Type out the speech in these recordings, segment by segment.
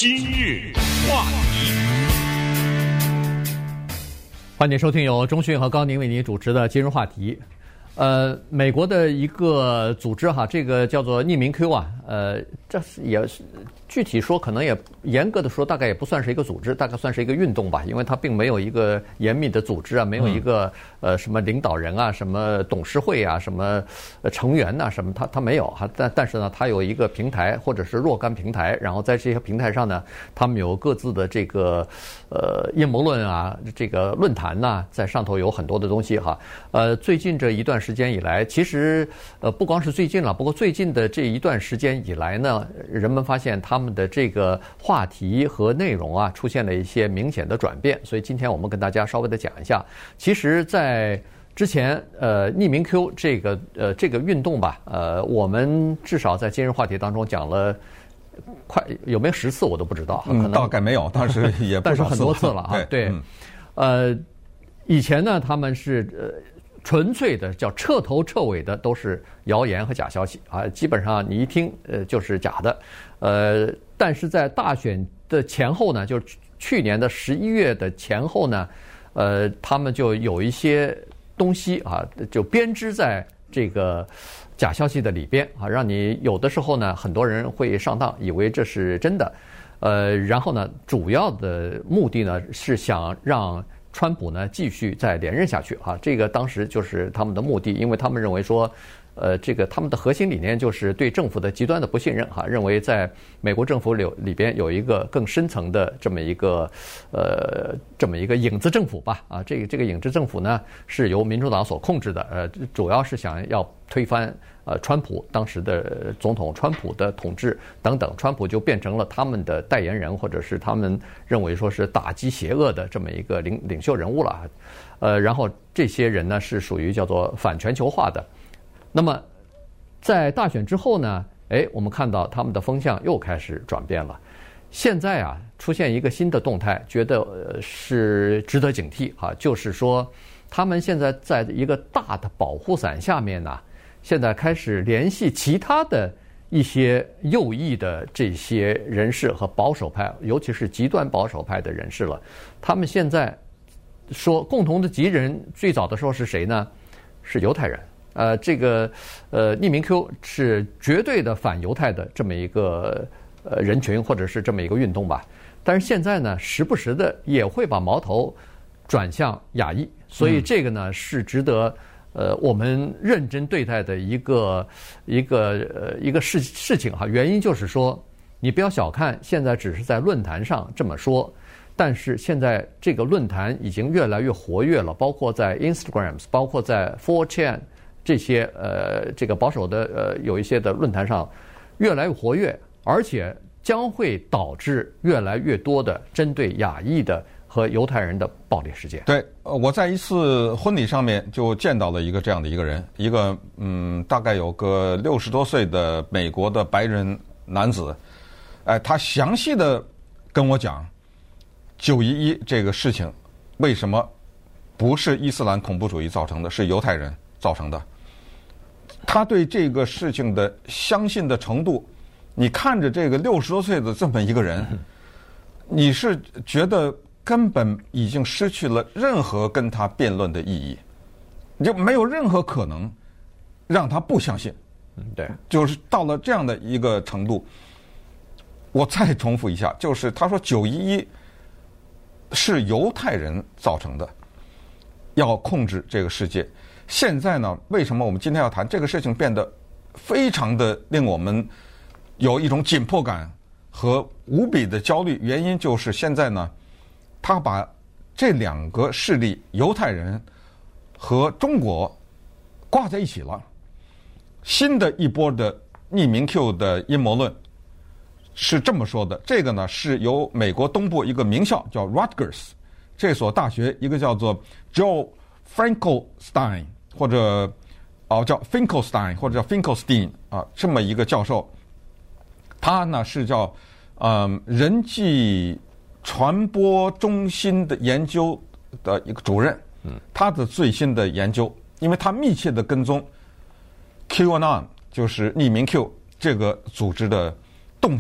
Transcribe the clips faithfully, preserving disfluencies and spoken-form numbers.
今日话题， 欢迎收听由钟迅和高宁为您主持的今日话题。呃，美国的一个组织哈，这个叫做匿名 Q 啊，呃，这也是具体说可能也严格的说，大概也不算是一个组织，大概算是一个运动吧，因为它并没有一个严密的组织啊，没有一个呃什么领导人啊，什么董事会啊，什么成员呐、啊，什么它它没有哈，但但是呢，它有一个平台或者是若干平台，然后在这些平台上呢，他们有各自的这个呃阴谋论啊，这个论坛呐、啊，在上头有很多的东西哈。呃，最近这一段时间以来，其实呃不光是最近了，不过最近的这一段时间以来呢，人们发现他们的这个话题和内容啊出现了一些明显的转变，所以今天我们跟大家稍微的讲一下。其实，在之前呃匿名 Q 这个呃这个运动吧，呃我们至少在今日话题当中讲了快有没有十次我都不知道，可能、 嗯、大概没有，但是也不但是很多次了啊。对，嗯、呃，以前呢他们是呃。纯粹的叫彻头彻尾的都是谣言和假消息啊，基本上你一听呃就是假的，呃，但是在大选的前后呢，就是去年的十一月的前后呢，呃，他们就有一些东西啊，就编织在这个假消息的里边啊，让你有的时候呢，很多人会上当，以为这是真的，呃，然后呢，主要的目的呢是想让川普呢继续再连任下去啊，这个当时就是他们的目的，因为他们认为说，呃，这个他们的核心理念就是对政府的极端的不信任哈，认为在美国政府里里边有一个更深层的这么一个呃这么一个影子政府吧啊，这个这个影子政府呢是由民主党所控制的，呃，主要是想要推翻呃川普当时的总统川普的统治等等，川普就变成了他们的代言人，或者是他们认为说是打击邪恶的这么一个领领袖人物了，呃，然后这些人呢是属于叫做反全球化的。那么，在大选之后呢，哎，我们看到他们的风向又开始转变了。现在啊，出现一个新的动态，觉得呃是值得警惕啊，就是说，他们现在在一个大的保护伞下面呢，现在开始联系其他的一些右翼的这些人士和保守派，尤其是极端保守派的人士了。他们现在说共同的敌人，最早的时候是谁呢？是犹太人。呃，这个呃，匿名 Q 是绝对的反犹太的这么一个呃人群，或者是这么一个运动吧。但是现在呢，时不时的也会把矛头转向亚裔，所以这个呢是值得呃我们认真对待的一个一个呃一个事事情哈。原因就是说，你不要小看现在只是在论坛上这么说，但是现在这个论坛已经越来越活跃了，包括在 Instagram， 包括在 four chan。这些呃，这个保守的呃，有一些的论坛上越来越活跃，而且将会导致越来越多的针对亚裔的和犹太人的暴力事件。 对，我在一次婚礼上面就见到了一个这样的一个人，一个嗯，大概有个六十多岁的美国的白人男子，哎，他详细的跟我讲九一一这个事情为什么不是伊斯兰恐怖主义造成的，是犹太人造成的。他对这个事情的相信的程度，你看着这个六十多岁的这么一个人，你是觉得根本已经失去了任何跟他辩论的意义，你就没有任何可能让他不相信。 嗯，对， 就是到了这样的一个程度。我再重复一下，就是他说九一一是犹太人造成的，要控制这个世界。现在呢，为什么我们今天要谈这个事情变得非常的令我们有一种紧迫感和无比的焦虑？原因就是现在呢，他把这两个势力犹太人和中国挂在一起了。新的一波的匿名 Q 的阴谋论是这么说的，这个呢是由美国东部一个名校叫 Rutgers 这所大学一个叫做 Joe Finkelstein 或者哦叫 Finkelstein 或者叫 Finkelstein 啊这么一个教授，他呢是叫嗯人际传播中心的研究的一个主任，他的最新的研究，因为他密切的跟踪 QAnon 就是匿名 Q 这个组织的动向，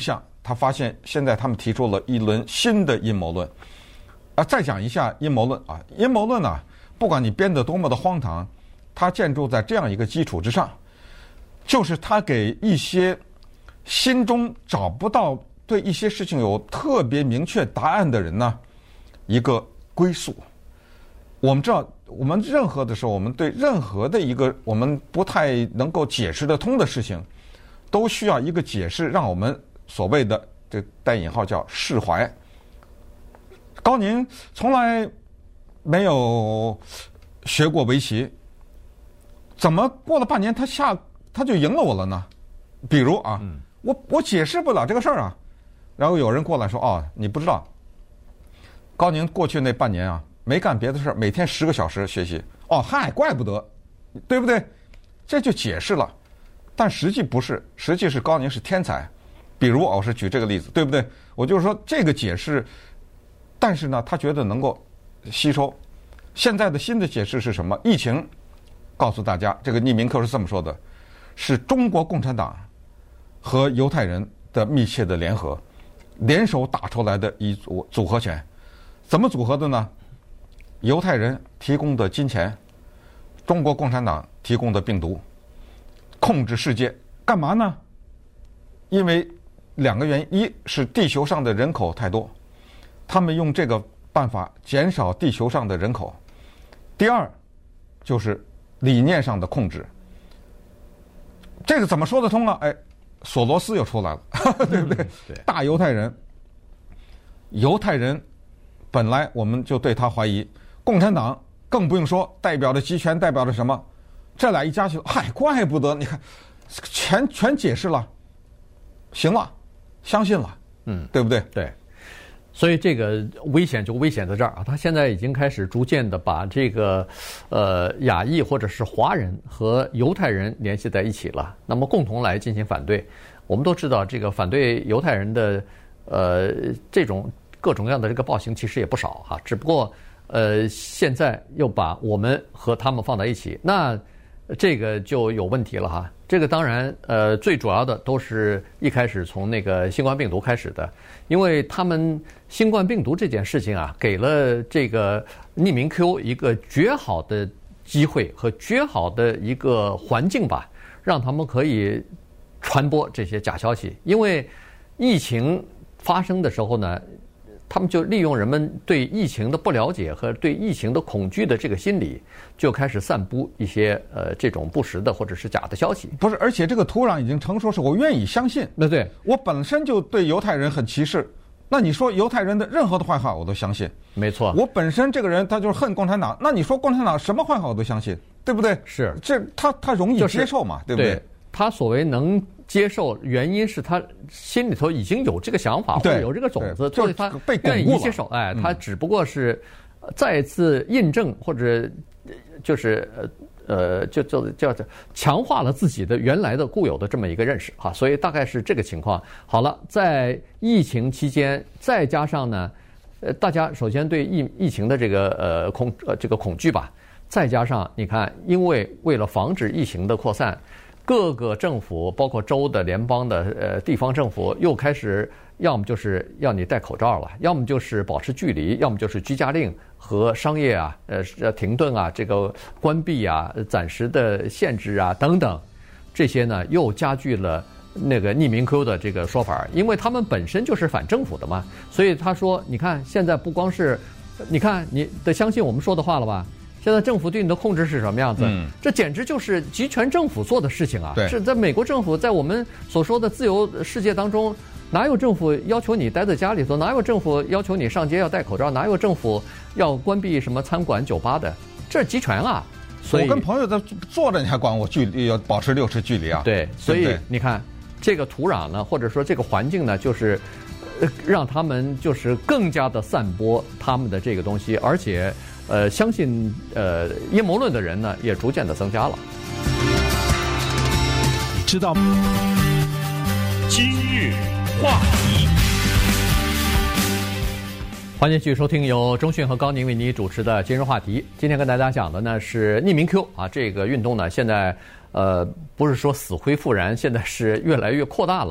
他发现现在他们提出了一轮新的阴谋论。啊，再讲一下阴谋论啊，阴谋论呢、啊，不管你编得多么的荒唐，它建筑在这样一个基础之上，就是他给一些心中找不到对一些事情有特别明确答案的人呢，一个归宿。我们知道，我们任何的时候，我们对任何的一个我们不太能够解释得通的事情，都需要一个解释，让我们所谓的这带引号叫释怀。高宁从来没有学过围棋，怎么过了半年他下他就赢了我了呢？比如啊，嗯、我我解释不了这个事儿啊。然后有人过来说：“哦，你不知道，高宁过去那半年啊，没干别的事儿，每天十个小时学习。哦，嗨，怪不得，对不对？这就解释了。但实际不是，实际是高宁是天才。比如我是举这个例子，对不对？我就是说这个解释。”但是呢，他觉得能够吸收。现在的新的解释是什么？疫情告诉大家，这个匿名客是这么说的：是中国共产党和犹太人的密切的联合，联手打出来的一组组合拳。怎么组合的呢？犹太人提供的金钱，中国共产党提供的病毒，控制世界，干嘛呢？因为两个原因：一是地球上的人口太多。他们用这个办法减少地球上的人口。第二，就是理念上的控制。这个怎么说得通啊？哎，索罗斯又出来了，对不对？对，大犹太人，犹太人本来我们就对他怀疑，共产党更不用说，代表着集权，代表着什么？这俩一加起来，嗨，怪不得你看，全全解释了，行了，相信了，嗯，对不对？ 对。所以这个危险就危险在这儿啊！他现在已经开始逐渐的把这个，呃，亚裔或者是华人和犹太人联系在一起了，那么共同来进行反对。我们都知道，这个反对犹太人的，呃，这种各种各样的这个暴行其实也不少哈。只不过，呃，现在又把我们和他们放在一起，那这个就有问题了哈。这个当然，呃，最主要的都是一开始从那个新冠病毒开始的，因为他们新冠病毒这件事情啊，给了这个匿名 Q 一个绝好的机会和绝好的一个环境吧，让他们可以传播这些假消息。因为疫情发生的时候呢，他们就利用人们对疫情的不了解和对疫情的恐惧的这个心理，就开始散布一些呃这种不实的或者是假的消息。 不是，而且这个土壤已经成熟，是我愿意相信。 那对我本身就对犹太人很歧视，那你说犹太人的任何的坏话我都相信。 没错， 我本身这个人他就是恨共产党，那你说共产党什么坏话我都相信，对不对？ 是， 这他他容易接受嘛， 就是、 对不对？ 对，他所谓能接受，原因是他心里头已经有这个想法，或者有这个种子，所以他愿意接受。哎，他只不过是再次印证或者就是呃，就就叫叫强化了自己的原来的固有的这么一个认识哈。所以大概是这个情况。好了，在疫情期间，再加上呢，呃，大家首先对疫疫情的这个呃恐呃这个恐惧吧，再加上你看，因为为了防止疫情的扩散。各个政府，包括州的、联邦的、呃地方政府，又开始要么就是要你戴口罩了，要么就是保持距离，要么就是居家令和商业啊、呃停顿啊、这个关闭啊、暂时的限制啊等等，这些呢又加剧了那个匿名 Q 的这个说法，因为他们本身就是反政府的嘛，所以他说，你看现在不光是，你看你得相信我们说的话了吧？现在政府对你的控制是什么样子？嗯，这简直就是集权政府做的事情啊！是在美国政府，在我们所说的自由世界当中，哪有政府要求你待在家里头？哪有政府要求你上街要戴口罩？哪有政府要关闭什么餐馆、酒吧的？这是集权啊！所以我跟朋友在坐着，你还管我距离要保持六尺距离啊？ 对，所以你看这个土壤呢，或者说这个环境呢，就是让他们就是更加的散播他们的这个东西，而且。呃，相信呃阴谋论的人呢，也逐渐的增加了。 你知道今日话题， 欢迎继续收听由钟迅和高宁为你主持的今日话题。今天跟大家讲的呢是匿名 Q 啊，这个运动呢现在呃不是说死灰复燃，现在是越来越扩大了。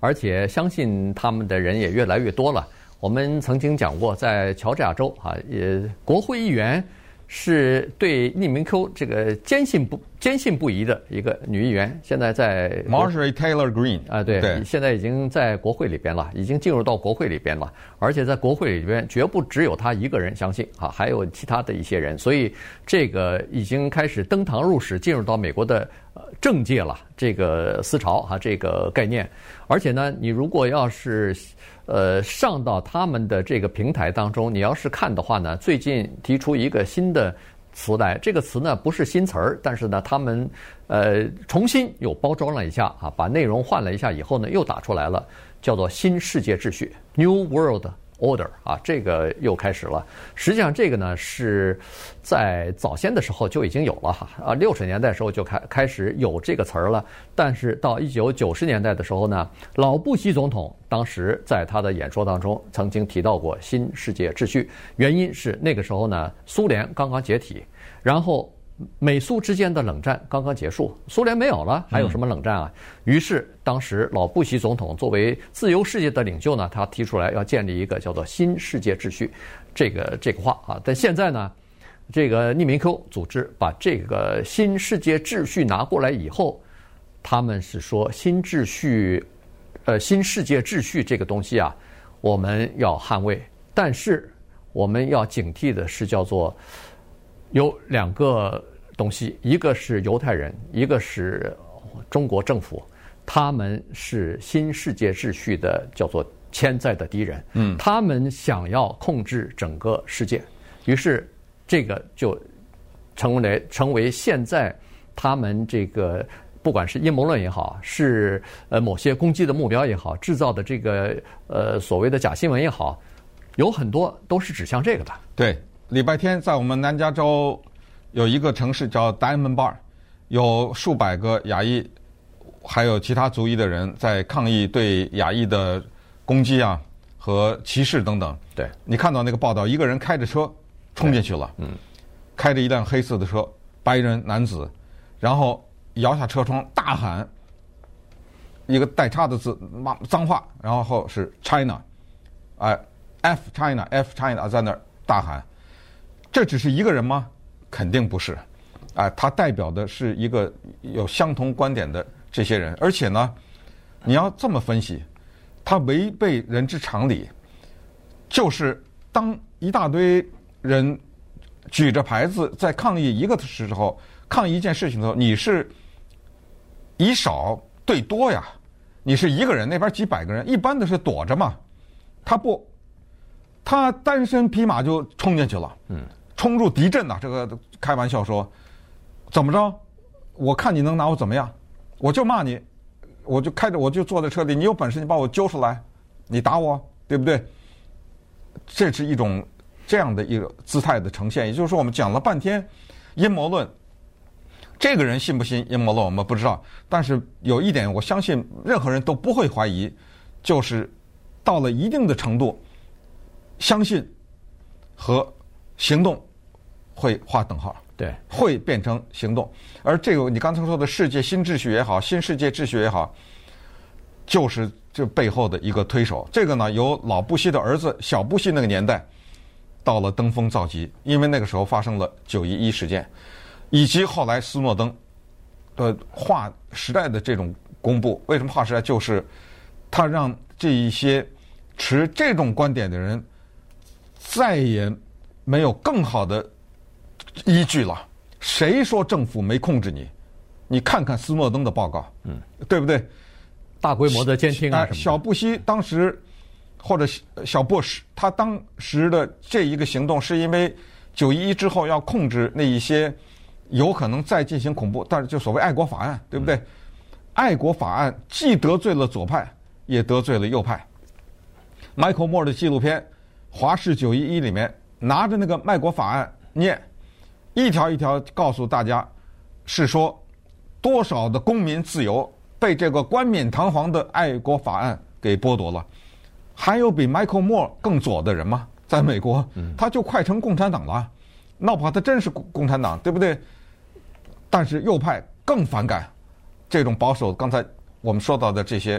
而且相信他们的人也越来越多了。我们曾经讲过，在乔治亚州啊，也国会议员是对匿名 Q 这个坚信不坚信不疑的一个女议员，现在在 Marjorie Taylor Greene 啊，对，对现在已经在国会里边了，已经进入到国会里边了，而且在国会里边绝不只有她一个人相信啊，还有其他的一些人，所以这个已经开始登堂入室，进入到美国的呃政界了，这个思潮哈、啊，这个概念，而且呢，你如果要是呃，上到他们的这个平台当中，你要是看的话呢，最近提出一个新的词来，这个词呢不是新词儿，但是呢，他们呃重新又包装了一下啊，把内容换了一下以后呢，又打出来了，叫做新世界秩序 （New World Order） 啊，这个又开始了。实际上，这个呢是在早先的时候就已经有了哈啊，六十年代的时候就开开始有这个词儿了。但是到一九九十年代的时候呢，老布希总统当时在他的演说当中曾经提到过新世界秩序，原因是那个时候呢，苏联刚刚解体，然后美苏之间的冷战刚刚结束，苏联没有了，还有什么冷战啊？嗯、于是当时老布希总统作为自由世界的领袖呢，他提出来要建立一个叫做新世界秩序，这个这个话啊。但现在呢，这个匿名 Q 组织把这个新世界秩序拿过来以后，他们是说新秩序，呃，新世界秩序这个东西啊，我们要捍卫，但是我们要警惕的是叫做有两个东西，一个是犹太人，一个是中国政府，他们是新世界秩序的叫做潜在的敌人，嗯，他们想要控制整个世界，于是这个就成为成为现在他们这个不管是阴谋论也好，是呃某些攻击的目标也好，制造的这个呃所谓的假新闻也好，有很多都是指向这个的。 对，礼拜天在我们南加州有一个城市叫 Diamond Bar， 有数百个亚裔还有其他族裔的人在抗议对亚裔的攻击啊和歧视等等。 对， 你看到那个报道，一个人开着车冲进去了，嗯，开着一辆黑色的车，白人男子，然后摇下车窗大喊一个带叉的字，骂脏话，然后后是 China， 哎、呃、，F China F China 在那儿大喊。这只是一个人吗？肯定不是，啊、呃，他代表的是一个有相同观点的这些人，而且呢，你要这么分析，他违背人之常理，就是当一大堆人举着牌子在抗议一个时候，抗议一件事情的时候，你是以少对多呀，你是一个人，那边几百个人，一般的是躲着嘛，他不，他单身匹马就冲进去了，嗯。冲入敌阵呐、啊！这个开玩笑说，怎么着？我看你能拿我怎么样？我就骂你，我就开着，我就坐在车里。你有本事你把我揪出来，你打我，对不对？这是一种这样的一个姿态的呈现。也就是说，我们讲了半天阴谋论，这个人信不信阴谋论我们不知道，但是有一点我相信任何人都不会怀疑，就是到了一定的程度，相信和行动会划等号， 对，会变成行动。而这个你刚才说的世界新秩序也好，新世界秩序也好，就是这背后的一个推手。这个呢，由老布希的儿子小布希那个年代到了登峰造极，因为那个时候发生了九一一事件，以及后来斯诺登的划时代的这种公布。为什么划时代？就是他让这一些持这种观点的人再也没有更好的依据了。谁说政府没控制你？你看看斯诺登的报告，嗯，对不对？ 大规模的监听啊什么的。 小布希当时或者小布什，他当时的这一个行动，是因为九一一之后要控制那一些有可能再进行恐怖，但是就所谓爱国法案，对不对？嗯、爱国法案既得罪了左派，也得罪了右派。Michael Moore 的纪录片《华氏九一一》里面，拿着那个卖国法案念，一条一条告诉大家，是说多少的公民自由被这个冠冕堂皇的爱国法案给剥夺了。还有比 Michael Moore 更左的人吗？在美国，他就快成共产党了，哪怕他真是共产党，对不对？但是右派更反感这种保守，刚才我们说到的这些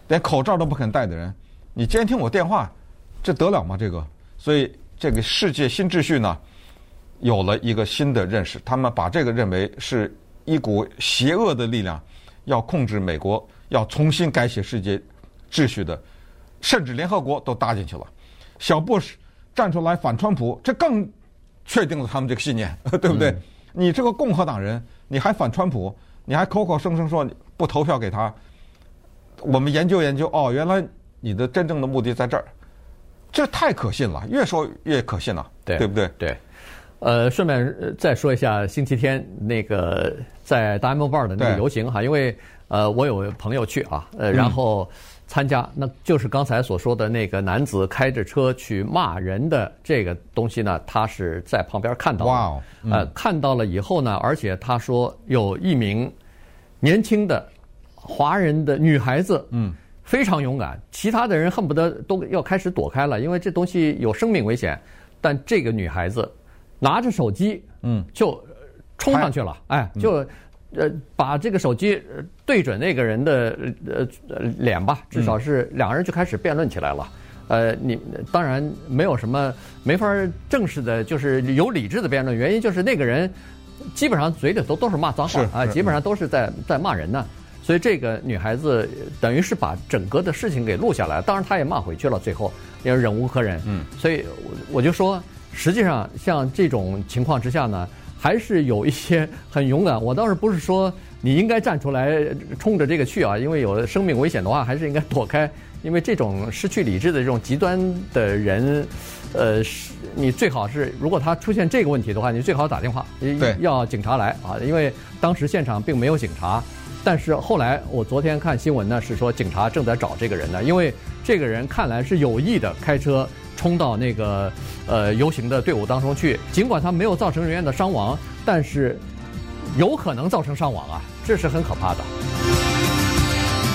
连口罩都不肯戴的人，你监听我电话，这得了吗？这个，所以这个世界新秩序呢，有了一个新的认识，他们把这个认为是一股邪恶的力量，要控制美国，要重新改写世界秩序的，甚至联合国都搭进去了。小布什站出来反川普，这更确定了他们这个信念，对不对？嗯、你这个共和党人，你还反川普，你还口口声声说不投票给他，我们研究研究，哦，原来你的真正的目的在这儿，这太可信了，越说越可信了， 对对不对？ 对。呃，顺便再说一下星期天那个在大 M 坝的那个游行哈，因为呃我有朋友去啊，呃然后参加，那就是刚才所说的那个男子开着车去骂人的这个东西呢，他是在旁边看到的， 哇、wow, 嗯、 呃看到了以后呢，而且他说有一名年轻的华人的女孩子，嗯，非常勇敢，其他的人恨不得都要开始躲开了，因为这东西有生命危险，但这个女孩子拿着手机，嗯，就冲上去了，哎，就呃把这个手机对准那个人的呃脸吧，至少是两个人就开始辩论起来了。呃，你当然没有什么没法正式的，就是有理智的辩论，原因就是那个人基本上嘴里头都是骂脏话啊，基本上都是在在骂人呢。所以这个女孩子等于是把整个的事情给录下来，当然她也骂回去了，最后因为忍无可忍。嗯，所以我就说。实际上，像这种情况之下呢，还是有一些很勇敢。我倒是不是说你应该站出来冲着这个去啊，因为有生命危险的话，还是应该躲开。因为这种失去理智的这种极端的人，呃，你最好是如果他出现这个问题的话，你最好打电话，要警察来啊，因为当时现场并没有警察。但是后来我昨天看新闻呢，是说警察正在找这个人呢，因为这个人看来是有意的开车冲到那个呃游行的队伍当中去，尽管他没有造成人员的伤亡，但是有可能造成伤亡啊，这是很可怕的。